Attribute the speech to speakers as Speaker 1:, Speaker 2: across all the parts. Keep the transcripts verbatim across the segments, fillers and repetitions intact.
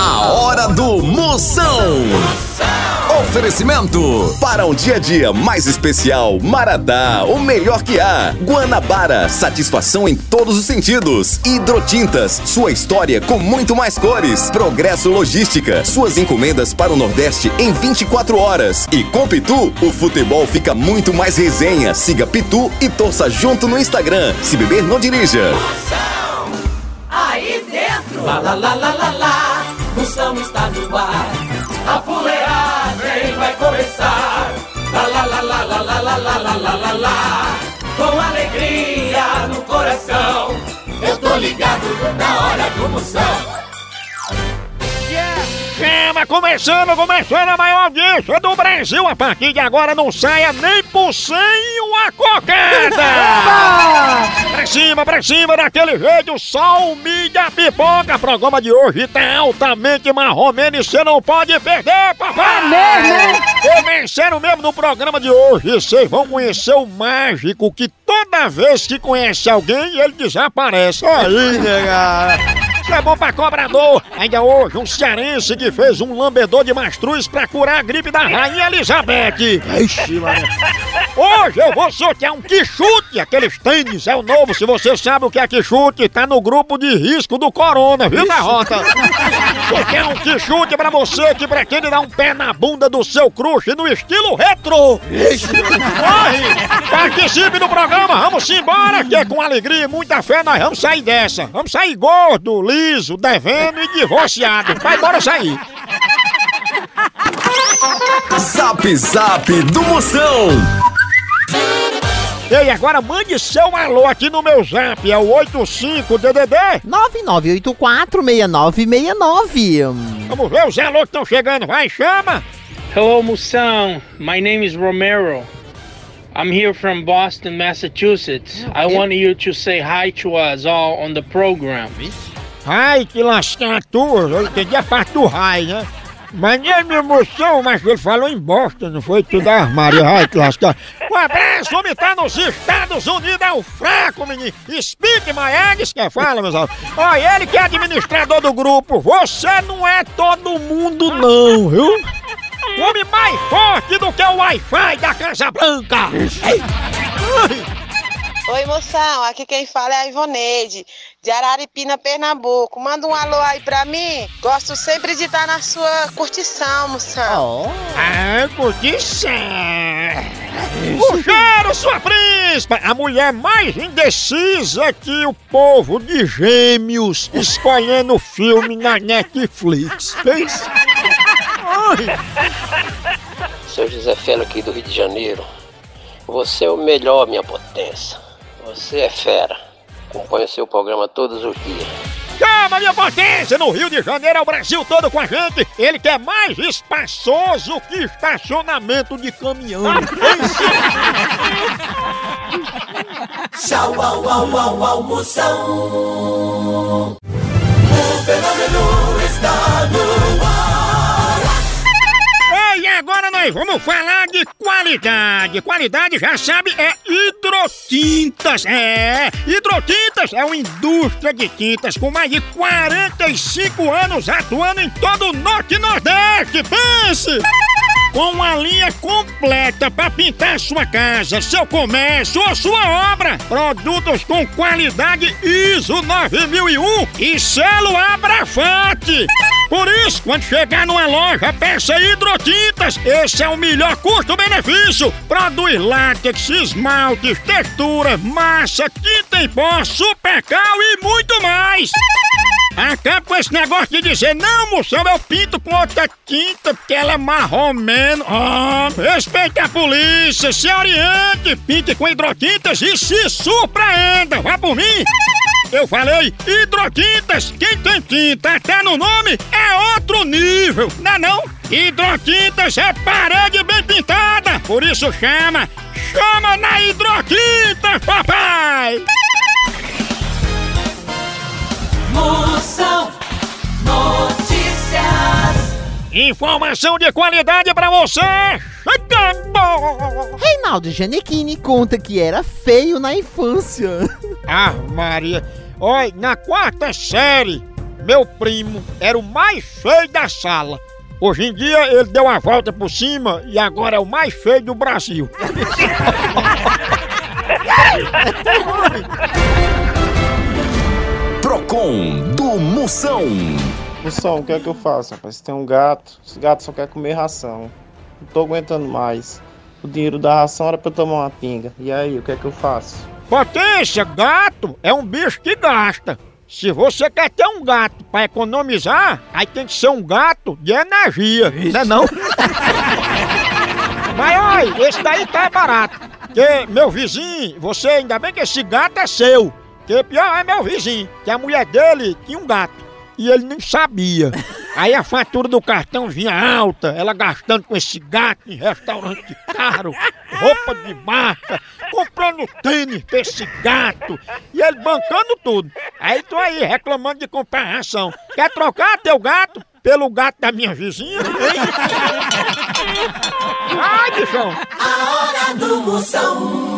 Speaker 1: A hora do Moção. Oferecimento para um dia a dia mais especial, Maratá, o melhor que há. Guanabara, satisfação em todos os sentidos. Hidrotintas, sua história com muito mais cores. Progresso Logística, suas encomendas para o Nordeste em vinte e quatro horas. E com Pitu, o futebol fica muito mais resenha. Siga Pitu e torça junto no Instagram. Se beber, não dirija.
Speaker 2: Moção, aí dentro. Lá, lá, lá, lá, lá, lá. Moção está no ar. A fuleagem vai começar. Lá, lá, lá, lá, lá, lá, lá, lá, lá, lá, lá, lá. Com alegria no coração, eu tô ligado na hora do Moção.
Speaker 3: Chama, começando, começando a maior audiência do Brasil. A partir de agora não saia nem por cem uma cocada. Pra cima, pra cima, daquele jeito, só o mídia pipoca. O programa de hoje tá altamente marromeno e você não pode perder, papai. Começando mesmo no programa de hoje, vocês vão conhecer o mágico que toda vez que conhece alguém, ele desaparece. Aí, nega. Isso é bom pra cobrador. Ainda hoje, um cearense que fez um lambedor de mastruz pra curar a gripe da Rainha Elizabeth. Ixi, mano. Hoje eu vou sortear um quichute. Aqueles tênis é o novo. Se você sabe o que é quichute, tá no grupo de risco do corona, viu, garota? Sortear um quichute pra você que pretende dar um pé na bunda do seu crush no estilo retrô. Ixi. Corre! Participe do programa. Vamos embora, que com alegria e muita fé nós vamos sair dessa. Vamos sair gordo, liso, devendo e divorciado. Vai embora sair.
Speaker 1: Zap Zap do Moção.
Speaker 3: Ei, agora mande seu alô aqui no meu zap. É o oito cinco D D D
Speaker 4: nove nove oito quatro seis nove seis nove.
Speaker 3: Vamos ver os alô que estão chegando. Vai, chama.
Speaker 5: Hello, Moção. My name is Romero. I'm here from Boston, Massachusetts. I want you to say hi to us all on the program.
Speaker 3: Ai, que lascar tua. Eu entendi a parte do raio, né? Mas nem a minha emoção, mas ele falou em Boston, não foi tudo armário. Ai, que lascar. Um abraço, homem tá nos Estados Unidos, é o fraco, menino. Speak my eggs, que fala, meus amigos. Olha, ele que é administrador do grupo. Você não é todo mundo, não, viu? O homem mais forte do que o Wi-Fi da Casa Branca.
Speaker 6: Oi, Moção, aqui quem fala é a Ivoneide, de Araripina, Pernambuco. Manda um alô aí pra mim. Gosto sempre de estar na sua curtição, Moção.
Speaker 4: Oh.
Speaker 3: Ah, curtição. O cheiro, sua príncipa. A mulher mais indecisa que o povo de Gêmeos escolhendo filme na Netflix. Pensa.
Speaker 7: Seu José Felo aqui do Rio de Janeiro. Você é o melhor, minha potência. Você é fera. Acompanha o seu programa todos os dias.
Speaker 3: Chama, minha potência! No Rio de Janeiro é o Brasil todo com a gente. Ele que é mais espaçoso que estacionamento de caminhão.
Speaker 2: Tchau, au, au, au, au, Moção. O fenômeno está no ar.
Speaker 3: E agora nós vamos falar de qualidade. Qualidade, já sabe, é Hidrotintas. É, Hidrotintas é uma indústria de tintas com mais de quarenta e cinco anos atuando em todo o Norte e Nordeste. Pense! Com uma linha completa para pintar sua casa, seu comércio ou sua obra. Produtos com qualidade I S O nove mil e um e selo Abrafate. Por isso, quando chegar numa loja, peça Hidrotintas. Esse é o melhor custo-benefício. Produz látex, esmaltes, textura, massa, tinta em pó, supercal e muito mais. Acaba com esse negócio de dizer, não, Moção, eu pinto com outra tinta porque ela é marromeno. Oh, respeite a polícia, se oriente, pinte com Hidrotintas e se surpreenda. Vá por mim. Eu falei Hidrotintas, quem tem tinta até no nome é outro nível, não é não? Hidrotintas é parede bem pintada, por isso chama, chama na Hidrotintas, papai!
Speaker 2: Moção Notícias.
Speaker 3: Informação de qualidade pra você!
Speaker 4: Reinaldo Gianecchini conta que era feio na infância.
Speaker 3: Ah, Maria! Olha, na quarta série meu primo, era o mais feio da sala. Hoje em dia ele deu uma volta por cima e agora é o mais feio do Brasil.
Speaker 1: Procon do Moção.
Speaker 8: Moção, o que é que eu faço, rapaz? Tem um gato, esse gato só quer comer ração. Não tô aguentando mais. O dinheiro da ração era pra eu tomar uma pinga. E aí, o que é que eu faço?
Speaker 3: Potência, gato é um bicho que gasta. Se você quer ter um gato pra economizar, aí tem que ser um gato de energia, não é não? Mas olha, esse daí tá barato. Porque meu vizinho, você ainda bem que esse gato é seu. Porque pior é meu vizinho, que a mulher dele tinha um gato. E ele não sabia. Aí a fatura do cartão vinha alta, ela gastando com esse gato em restaurante caro, roupa de marca, comprando tênis pra esse gato, e ele bancando tudo. Aí tô aí reclamando de comprar ração. Quer trocar teu gato pelo gato da minha vizinha? Ai, bichão!
Speaker 2: A hora do Moção.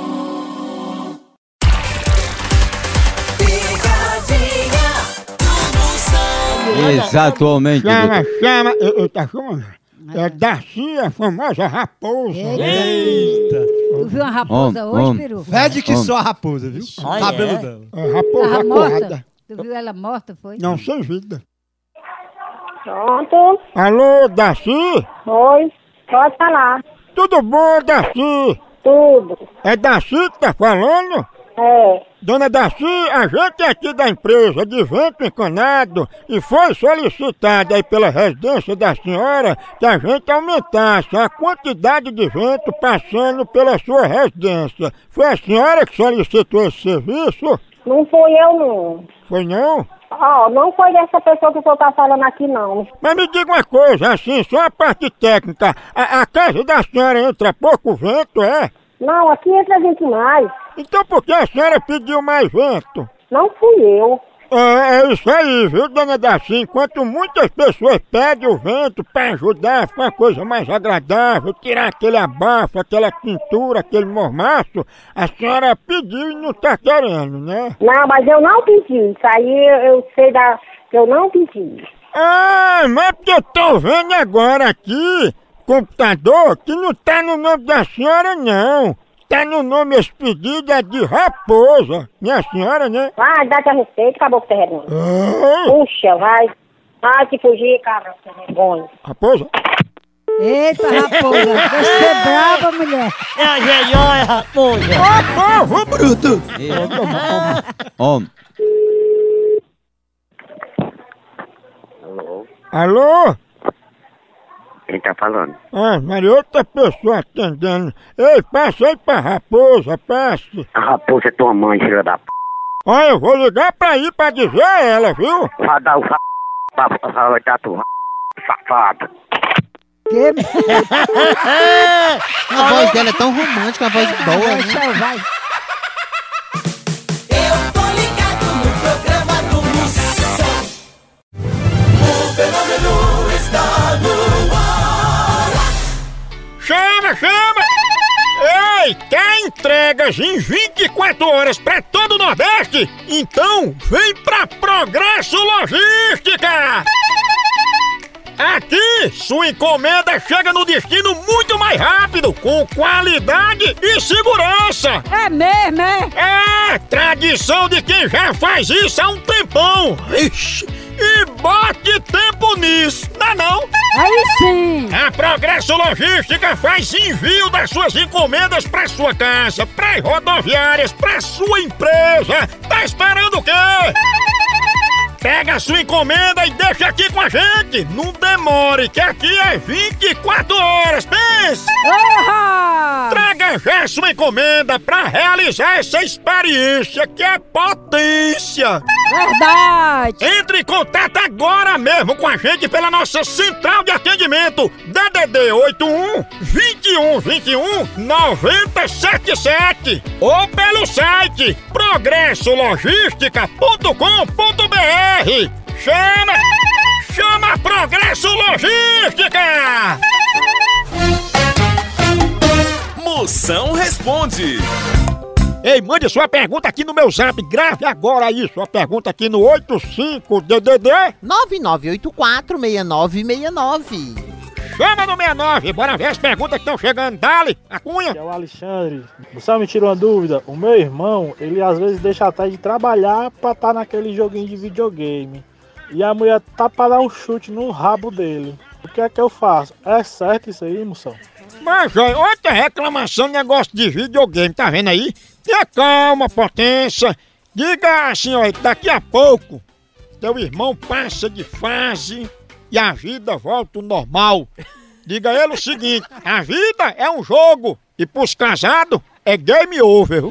Speaker 9: Exatamente.
Speaker 3: Chama, chama, eu, eu tá chamando. É Darcy, a famosa raposa.
Speaker 10: Eita! Tu viu uma raposa
Speaker 9: Om,
Speaker 10: hoje,
Speaker 9: om.
Speaker 10: Peru?
Speaker 11: Fede que só a raposa, viu?
Speaker 10: Ah,
Speaker 11: O cabelo
Speaker 10: é?
Speaker 11: dela.
Speaker 3: É raposa
Speaker 10: Tava
Speaker 3: acordada.
Speaker 10: morta? Tu viu ela morta, foi?
Speaker 3: Não, sem vida.
Speaker 12: Pronto.
Speaker 3: Alô, Darcy?
Speaker 12: Oi. Pode falar.
Speaker 3: Tudo bom, Darcy?
Speaker 12: Tudo.
Speaker 3: É Darcy que tá falando?
Speaker 12: É.
Speaker 3: Dona Darcy, a gente é aqui da empresa de vento encanado e foi solicitado aí pela residência da senhora que a gente aumentasse a quantidade de vento passando pela sua residência. Foi a senhora que solicitou esse serviço?
Speaker 12: Não fui eu, não.
Speaker 3: Foi não?
Speaker 12: Ó, não foi dessa pessoa que o senhor tá falando aqui, não.
Speaker 3: Mas me diga uma coisa, assim, só a parte técnica, a, a casa da senhora entra pouco vento, é?
Speaker 12: Não, aqui entra gente mais.
Speaker 3: Então por que a senhora pediu mais vento?
Speaker 12: Não fui eu.
Speaker 3: É, é isso aí, viu, dona Darcy? Enquanto muitas pessoas pedem o vento pra ajudar a ficar uma coisa mais agradável, tirar aquele abafo, aquela tintura, aquele mormaço, a senhora pediu e não tá querendo, né?
Speaker 12: Não, mas eu não pedi. Isso aí eu sei da... que eu não pedi.
Speaker 3: Ah, mas porque eu tô vendo agora aqui, computador, que não tá no nome da senhora, não. Tá no nome esse pedido é de raposa. Minha senhora, né?
Speaker 12: Vai, dá-te a respeito, acabou com o terreno.
Speaker 3: Ah,
Speaker 12: Puxa, vai. Vai te fugir, cabra, sem vergonha.
Speaker 3: raposa?
Speaker 10: Eita, raposa! Deixa de ser brava, mulher!
Speaker 2: É a melhor, raposa.
Speaker 3: Ô, povo bruto!
Speaker 9: Homem.
Speaker 13: Alô?
Speaker 3: Alô?
Speaker 13: Quem tá falando?
Speaker 3: Ah, mas outra pessoa atendendo. Ei, passa aí pra raposa, passe.
Speaker 13: A raposa é tua mãe, filha da p.
Speaker 3: Olha, eu vou ligar pra ir pra dizer a ela, viu?
Speaker 13: Vai dar o f... vai dar tua safado.
Speaker 10: Que?
Speaker 4: A voz dela é tão romântica, uma voz boa, né?
Speaker 10: Vai, vai.
Speaker 2: Eu tô ligado no programa do Moção. O fenômeno está no ar.
Speaker 3: Chama, chama! Ei, quer entregas em vinte e quatro horas pra todo o Nordeste? Então vem pra Progresso Logística! Aqui, sua encomenda chega no destino muito mais rápido, com qualidade e segurança!
Speaker 10: É mesmo, é?
Speaker 3: É, tradição de quem já faz isso há um tempão! Ixi, e bote tempo nisso, não é não?
Speaker 10: Aí sim!
Speaker 3: A Progresso Logística faz envio das suas encomendas para sua casa, para rodoviárias, para sua empresa. Tá esperando o quê? Pega a sua encomenda e deixa aqui com a gente. Não demore, que aqui é vinte e quatro horas. Pense!
Speaker 10: Uhum.
Speaker 3: Traga já sua encomenda para realizar essa experiência que é potência.
Speaker 10: Verdade!
Speaker 3: Entre em contato agora mesmo com a gente pela nossa central de atendimento D D D oito um, vinte e um, vinte e um, noventa e sete sete ou pelo site progresso logística ponto com ponto b r. Chama! Chama Progresso Logística!
Speaker 1: Moção responde.
Speaker 3: Ei, mande sua pergunta aqui no meu zap. Grave agora aí sua pergunta aqui no oito cinco D D D
Speaker 4: nove nove oito quatro seis nove seis nove.
Speaker 3: Chama no sessenta e nove, bora ver as perguntas que estão chegando. Dale, a Cunha.
Speaker 11: É o Alexandre. Você me tirou uma dúvida? O meu irmão, ele às vezes deixa até de trabalhar pra estar naquele joguinho de videogame. E a mulher tá pra dar um chute no rabo dele. O que é que eu faço? É certo isso aí, moção?
Speaker 3: Mas, olha, outra reclamação de negócio de videogame, tá vendo aí? Tenha calma, potência. Diga assim, olha, daqui a pouco, teu irmão passa de fase e a vida volta ao normal. Diga a ele o seguinte, a vida é um jogo e pros casados é game over.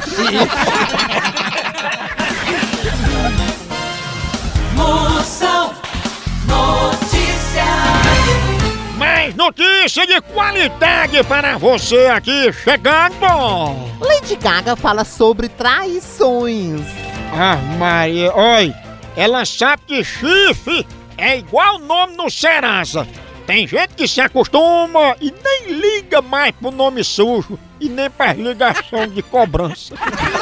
Speaker 2: Moção Notícias.
Speaker 3: Mais notícia de qualidade para você aqui chegando.
Speaker 4: Lady Gaga fala sobre traições.
Speaker 3: Ah, Maria, oi, ela sabe que chifre é igual nome no Serasa. Tem gente que se acostuma e nem liga mais pro nome sujo e nem para ligação de cobrança.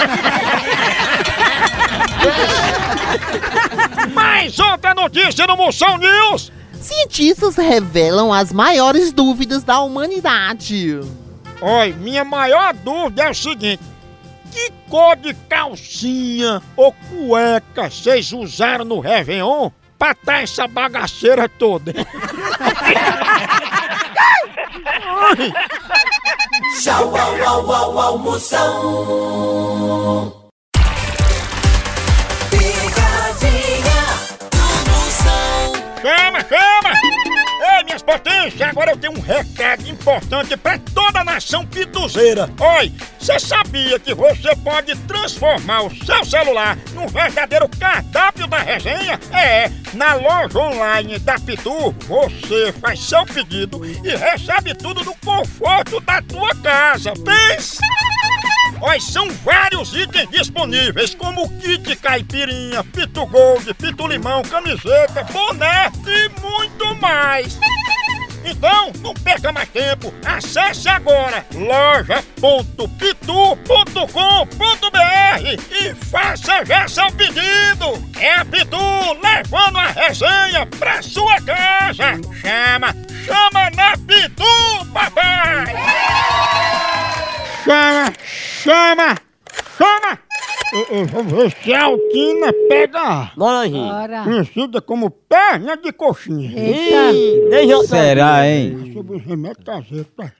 Speaker 3: Mais outra notícia no Moção News.
Speaker 4: Cientistas revelam as maiores dúvidas da humanidade.
Speaker 3: Oi, minha maior dúvida é o seguinte: que cor de calcinha ou cueca vocês usaram no Réveillon pra tá essa bagaceira toda?
Speaker 2: Tchau, au, au, au, au, Moção.
Speaker 3: Chama, chama! Ei, minhas potências, agora eu tenho um recado importante pra toda a nação pituzeira. Oi, você sabia que você pode transformar o seu celular num verdadeiro cardápio da resenha? É, na loja online da Pitu, você faz seu pedido e recebe tudo no conforto da tua casa. Pensa! Olha, são vários itens disponíveis, como kit caipirinha, Pitu Gold, Pitu Limão, camiseta, boné e muito mais. Então, não perca mais tempo, acesse agora loja ponto pitu ponto com ponto br e faça já seu pedido. É a Pitu levando a resenha pra sua casa. Chama, chama na Pitu, papai! Chama, chama, chama! Eu vou ver se a Alquina pega.
Speaker 14: Bora aí.
Speaker 3: Conhecida como perna de coxinha.
Speaker 14: Eita!
Speaker 9: Será, hein?
Speaker 3: Sobre os remédios caseiros, tá?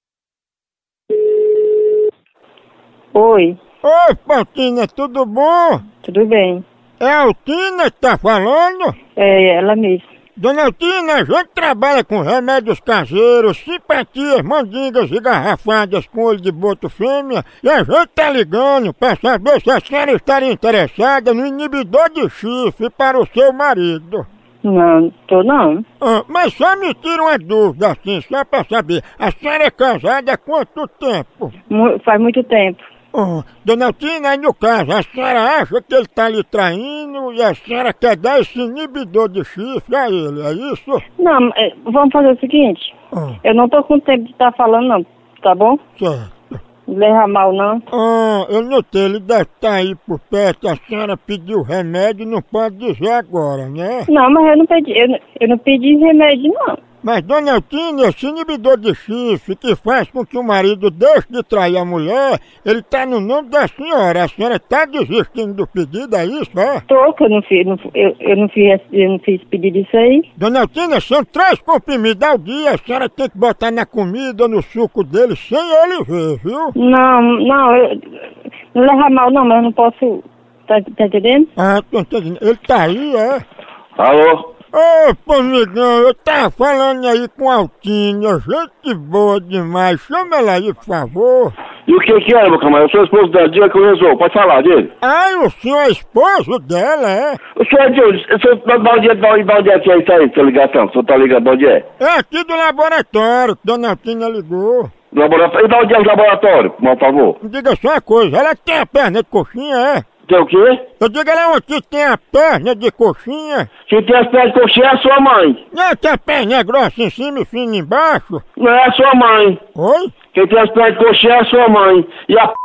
Speaker 12: Oi.
Speaker 3: Oi, Alquina, tudo bom?
Speaker 12: Tudo bem.
Speaker 3: É a Alquina que tá falando?
Speaker 12: É ela mesma.
Speaker 3: Dona Altina, a gente trabalha com remédios caseiros, simpatias, mandingas e garrafadas com olho de boto fêmea e a gente tá ligando pra saber se a senhora estaria interessada no inibidor de chifre para o seu marido.
Speaker 12: Não, tô não.
Speaker 3: Ah, mas só me tira uma dúvida assim, só pra saber, a senhora é casada há quanto tempo?
Speaker 12: Mu- faz muito tempo.
Speaker 3: Oh, Dona Altina, aí no caso, a senhora acha que ele tá lhe traindo e a senhora quer dar esse inibidor de chifre a ele, é isso?
Speaker 12: Não, é, vamos fazer o seguinte.
Speaker 3: Ah.
Speaker 12: Eu não tô com tempo de estar falando não, tá bom?
Speaker 3: Certo.
Speaker 12: Não leva mal não.
Speaker 3: Ah, eu notei, ele deve estar aí por perto, a senhora pediu remédio, não pode dizer agora, né?
Speaker 12: Não, mas eu não pedi, eu, não- eu não pedi remédio não.
Speaker 3: Mas, Dona Altina, esse inibidor de chifre que faz com que o marido deixe de trair a mulher, ele tá no nome da senhora. A senhora tá desistindo do pedido, é isso, é?
Speaker 12: Tô, que eu não fiz, não, eu, eu não fiz, eu não fiz pedido disso aí.
Speaker 3: Dona Altina, são três comprimidos ao dia, a senhora tem que botar na comida ou no suco dele sem ele ver, viu?
Speaker 12: Não, não, eu, não leva mal não, mas eu não posso, tá, tá entendendo?
Speaker 3: Ah, tô entendendo. Ele tá aí, é?
Speaker 13: Alô?
Speaker 3: Ô, amigão, eu tava falando aí com a Altina, gente boa demais, chama ela aí, por favor.
Speaker 13: E o que que é, meu camarada? Eu sou esposo dela, diga que eu resolvo. Pode falar dele.
Speaker 3: Ai, o senhor é esposo dela, é?
Speaker 13: O senhor é de onde? O senhor, de onde é, de onde, de onde é que é isso aí, essa ligação? O senhor tá ligado de onde é?
Speaker 3: É aqui do laboratório, que Dona Altina ligou.
Speaker 13: Laboratório. E de onde é o laboratório, por favor?
Speaker 3: Me diga só uma coisa, ela tem a perna de coxinha, é?
Speaker 13: Tem o quê?
Speaker 3: Eu digo, ela é uma que tem a perna de coxinha.
Speaker 13: Quem tem as pernas de coxinha é a sua mãe.
Speaker 3: Não, que a perna é grossa em cima e fina embaixo.
Speaker 13: Não é a sua mãe.
Speaker 3: Oi?
Speaker 13: Quem tem as pernas de coxinha é a sua mãe. E a p...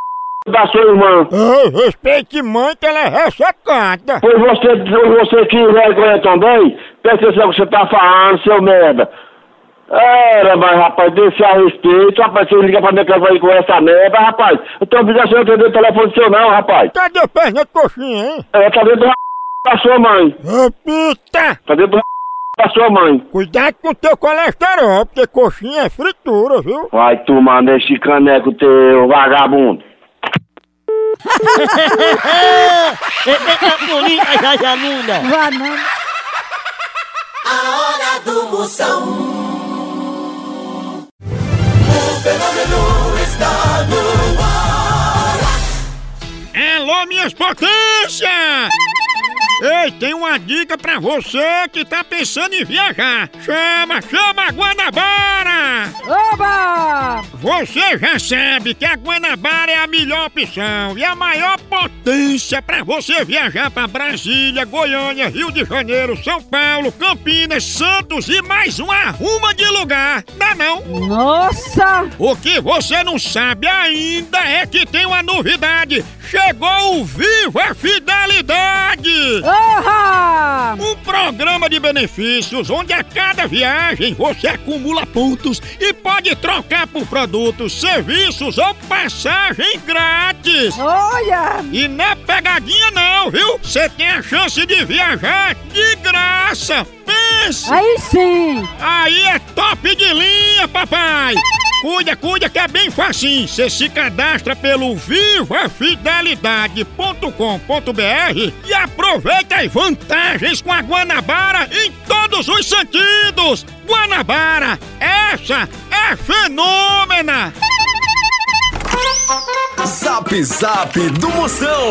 Speaker 13: da sua irmã.
Speaker 3: Ei, respeite mãe que ela é ressecada.
Speaker 13: Foi você, você que vergonha também? Pensa que você tá falando, seu merda. Era, mas rapaz, deixa a respeito, rapaz, você liga pra minha casa aí com essa merda, rapaz. Eu tenho obrigação de atender o telefone seu não, rapaz.
Speaker 3: Cadê o perna de coxinha, hein?
Speaker 13: É, tá dentro do da sua mãe.
Speaker 3: Repita!
Speaker 13: Tá dentro do da sua mãe.
Speaker 3: Cuidado com o teu colesterol, porque coxinha é fritura, viu?
Speaker 13: Vai tomar nesse caneco teu, vagabundo.
Speaker 10: Vá não.
Speaker 2: A hora do Moção. O fenômeno está no ar.
Speaker 3: Alô, minhas potências! Ei, tem uma dica pra você que tá pensando em viajar. Chama, chama a Guanabara!
Speaker 10: Oba!
Speaker 3: Você já sabe que a Guanabara é a melhor opção e a maior potência pra você viajar pra Brasília, Goiânia, Rio de Janeiro, São Paulo, Campinas, Santos e mais uma arruma de lugar. Dá não?
Speaker 10: Nossa!
Speaker 3: O que você não sabe ainda é que tem uma novidade. Chegou o Viva Fidelidade!
Speaker 10: Oha!
Speaker 3: Um programa de benefícios onde a cada viagem você acumula pontos e pode trocar por produtos, serviços ou passagem grátis.
Speaker 10: Olha!
Speaker 3: E não é pegadinha não, viu? Você tem a chance de viajar de graça. Pense!
Speaker 10: Aí sim!
Speaker 3: Aí é top de linha, papai! Cuida, cuida que é bem facinho. Você se cadastra pelo viva fidelidade ponto com ponto br e aproveita as vantagens com a Guanabara em todos os sentidos. Guanabara, essa é fenômena!
Speaker 1: Zap Zap do Moção.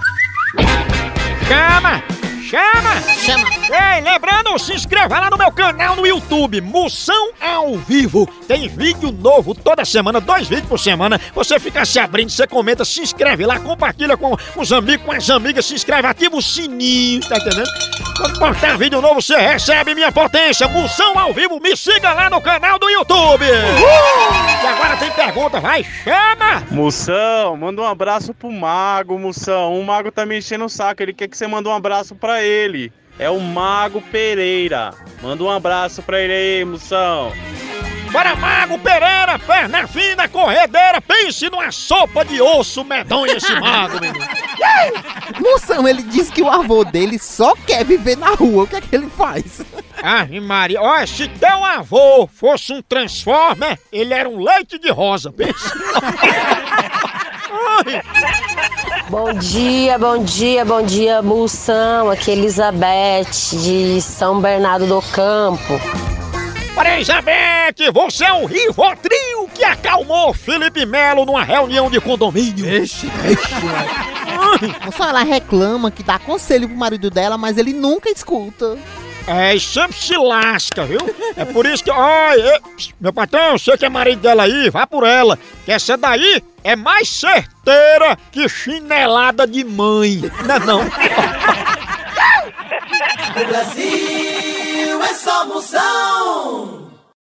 Speaker 3: Chama! Chama!
Speaker 4: Chama!
Speaker 3: Ei, lembrando, se inscreva lá no meu canal no YouTube, Moção ao Vivo. Tem vídeo novo toda semana, dois vídeos por semana. Você fica se abrindo, você comenta, se inscreve lá, compartilha com os amigos, com as amigas, se inscreve, ativa o sininho, tá entendendo? Quando postar vídeo novo, você recebe minha potência. Moção ao Vivo, me siga lá no canal do YouTube. Uhul! E agora tem pergunta, vai, chama!
Speaker 11: Moção, manda um abraço pro Mago, Moção. O Mago tá me enchendo o saco, ele quer que você mande um abraço pra ele. É o Mago Pereira. Manda um abraço pra ele aí, Moção.
Speaker 3: Para Mago Pereira, perna fina, corredeira, pense numa sopa de osso medonho esse Mago, menino.
Speaker 4: Moção, ele diz que o avô dele só quer viver na rua. O que é que ele faz?
Speaker 3: Ave Maria, olha, se teu avô fosse um Transformer, ele era um leite de rosa, pensa.
Speaker 14: Bom dia, bom dia, bom dia, Moção. Aqui é Elizabeth, de São Bernardo do Campo.
Speaker 3: Para Elizabeth, você é um Rivotril que acalmou Felipe Melo numa reunião de condomínio.
Speaker 4: Ixi, ixi. Moção, ela reclama que dá conselho pro marido dela, mas ele nunca escuta.
Speaker 3: É, e sempre se lasca, viu? É por isso que, olha, meu patrão, você que é marido dela aí, vá por ela. Que essa daí é mais certeira que chinelada de mãe. Não é não?
Speaker 2: O Brasil é só Moção.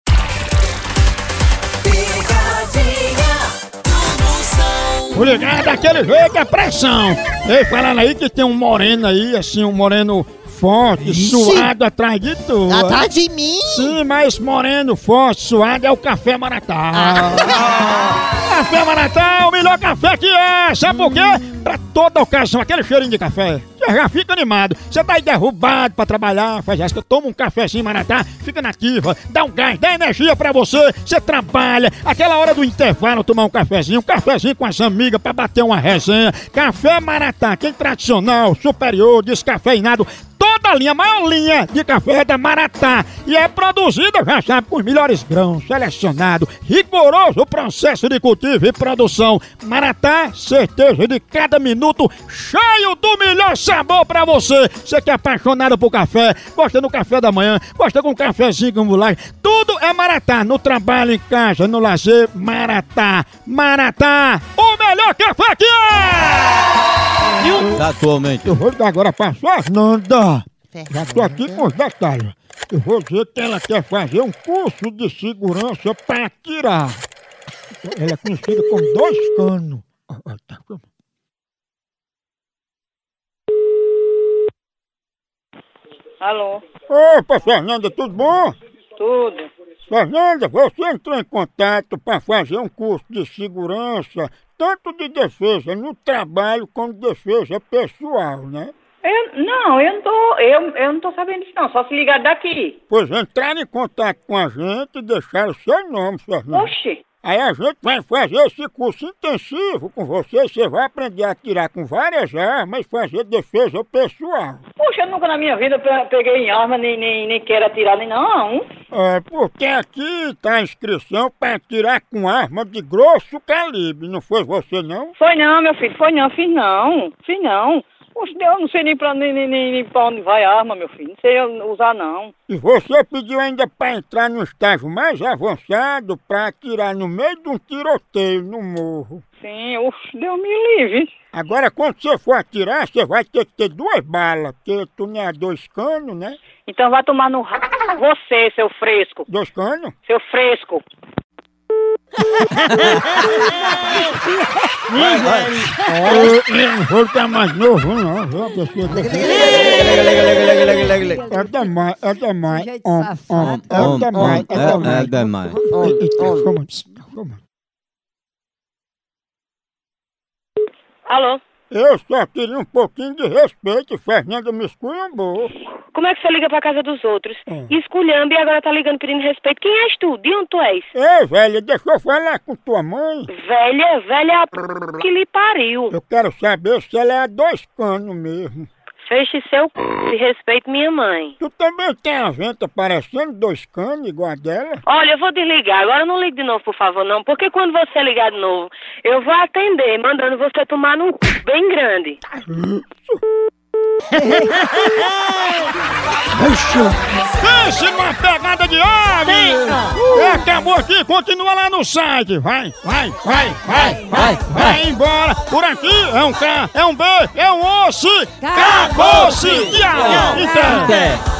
Speaker 2: Picadinha do Moção.
Speaker 3: Vou ligar daquele jeito, é pressão. Ei, falando aí que tem um moreno aí, assim, um moreno forte,
Speaker 4: Ixi.
Speaker 3: suado atrás de tu.
Speaker 4: Atrás de mim?
Speaker 3: Sim, mas moreno, forte, suado é o Café Maratá. Ah. Café Maratá é o melhor café que é. Sabe por quê? Pra toda ocasião, aquele cheirinho de café. Você já fica animado. Você tá aí derrubado pra trabalhar, faz essa, toma um cafezinho Maratá, fica nativa, dá um gás, dá energia pra você. Você trabalha, aquela hora do intervalo, tomar um cafezinho, um cafezinho com as amigas pra bater uma resenha. Café Maratá, aquele tradicional, superior, descafeinado. Toda a linha, a maior linha de café é da Maratá. E é produzida, já sabe, com os melhores grãos, selecionado, rigoroso processo de cultivo e produção. Maratá, certeza de cada minuto, cheio do melhor sabor pra você. Você que é apaixonado por café, gosta do café da manhã, gosta com um cafezinho com mulagem. Tudo é Maratá, no trabalho, em casa, no lazer, Maratá. Maratá, o melhor café que é!
Speaker 9: Eu... Atualmente.
Speaker 3: Eu vou dar agora pra Fernanda. Já tô aqui com os detalhes. Eu vou dizer que ela quer fazer um curso de segurança pra atirar. Ela é conhecida como dois canos.
Speaker 15: Alô?
Speaker 3: Opa, Fernanda, tudo bom?
Speaker 15: Tudo.
Speaker 3: Fernanda, você entrou em contato para fazer um curso de segurança, tanto de defesa no trabalho como de defesa pessoal, né?
Speaker 15: Eu, não, eu não tô, eu, eu não tô sabendo disso não, só se ligar daqui.
Speaker 3: Pois entraram em contato com a gente e deixaram seu nome, Fernanda.
Speaker 15: Oxi.
Speaker 3: Aí a gente vai fazer esse curso intensivo com você, você vai aprender a atirar com várias armas e fazer defesa pessoal.
Speaker 15: Poxa, eu nunca na minha vida pe- peguei em arma, nem, nem, nem quero atirar, nem não.
Speaker 3: É, porque aqui tá a inscrição para atirar com arma de grosso calibre, não foi você não?
Speaker 15: Foi não, meu filho, foi não, fiz não, fiz não. Poxa, eu não sei nem pra, nem, nem, nem, nem pra onde vai a arma, meu filho, não sei usar não.
Speaker 3: E você pediu ainda para entrar no estágio mais avançado para atirar no meio de um tiroteio no morro.
Speaker 15: Sim, oxe, Deus me livre.
Speaker 3: Agora, quando você for atirar, você vai ter que ter duas balas, porque tu não é dois canos, né?
Speaker 15: Então vai tomar no ra... você, seu fresco.
Speaker 3: Dois canos?
Speaker 15: Seu fresco.
Speaker 3: Vai, vai. Eu não vou estar mais novo, não. Viu? A pessoa que... É demais, é demais. Om, om, é demais, é demais.
Speaker 9: É demais.
Speaker 15: Alô?
Speaker 3: Eu só queria um pouquinho de respeito, Fernanda me esculhambou.
Speaker 15: Como é que você liga pra casa dos outros?
Speaker 3: Hum.
Speaker 15: Esculhamba e agora tá ligando pedindo respeito. Quem és tu? De onde tu és?
Speaker 3: Ei, velha, deixa eu falar com tua mãe.
Speaker 15: Velha, velha a p... que lhe pariu.
Speaker 3: Eu quero saber se ela é a dois canos mesmo.
Speaker 15: Feche seu c... e respeite minha mãe.
Speaker 3: Tu também tem a venta parecendo dois canos, igual a dela?
Speaker 15: Olha, eu vou desligar. Agora não ligue de novo, por favor, não. Porque quando você ligar de novo, eu vou atender, mandando você tomar num c... bem grande.
Speaker 3: Pense numa pegada de ave! Uh, acabou aqui, continua lá no site. Vai, vai, vai, vai, vai, vai embora. Por aqui é um K, é um B, é um osso. Acabou-se! Tchau! Então.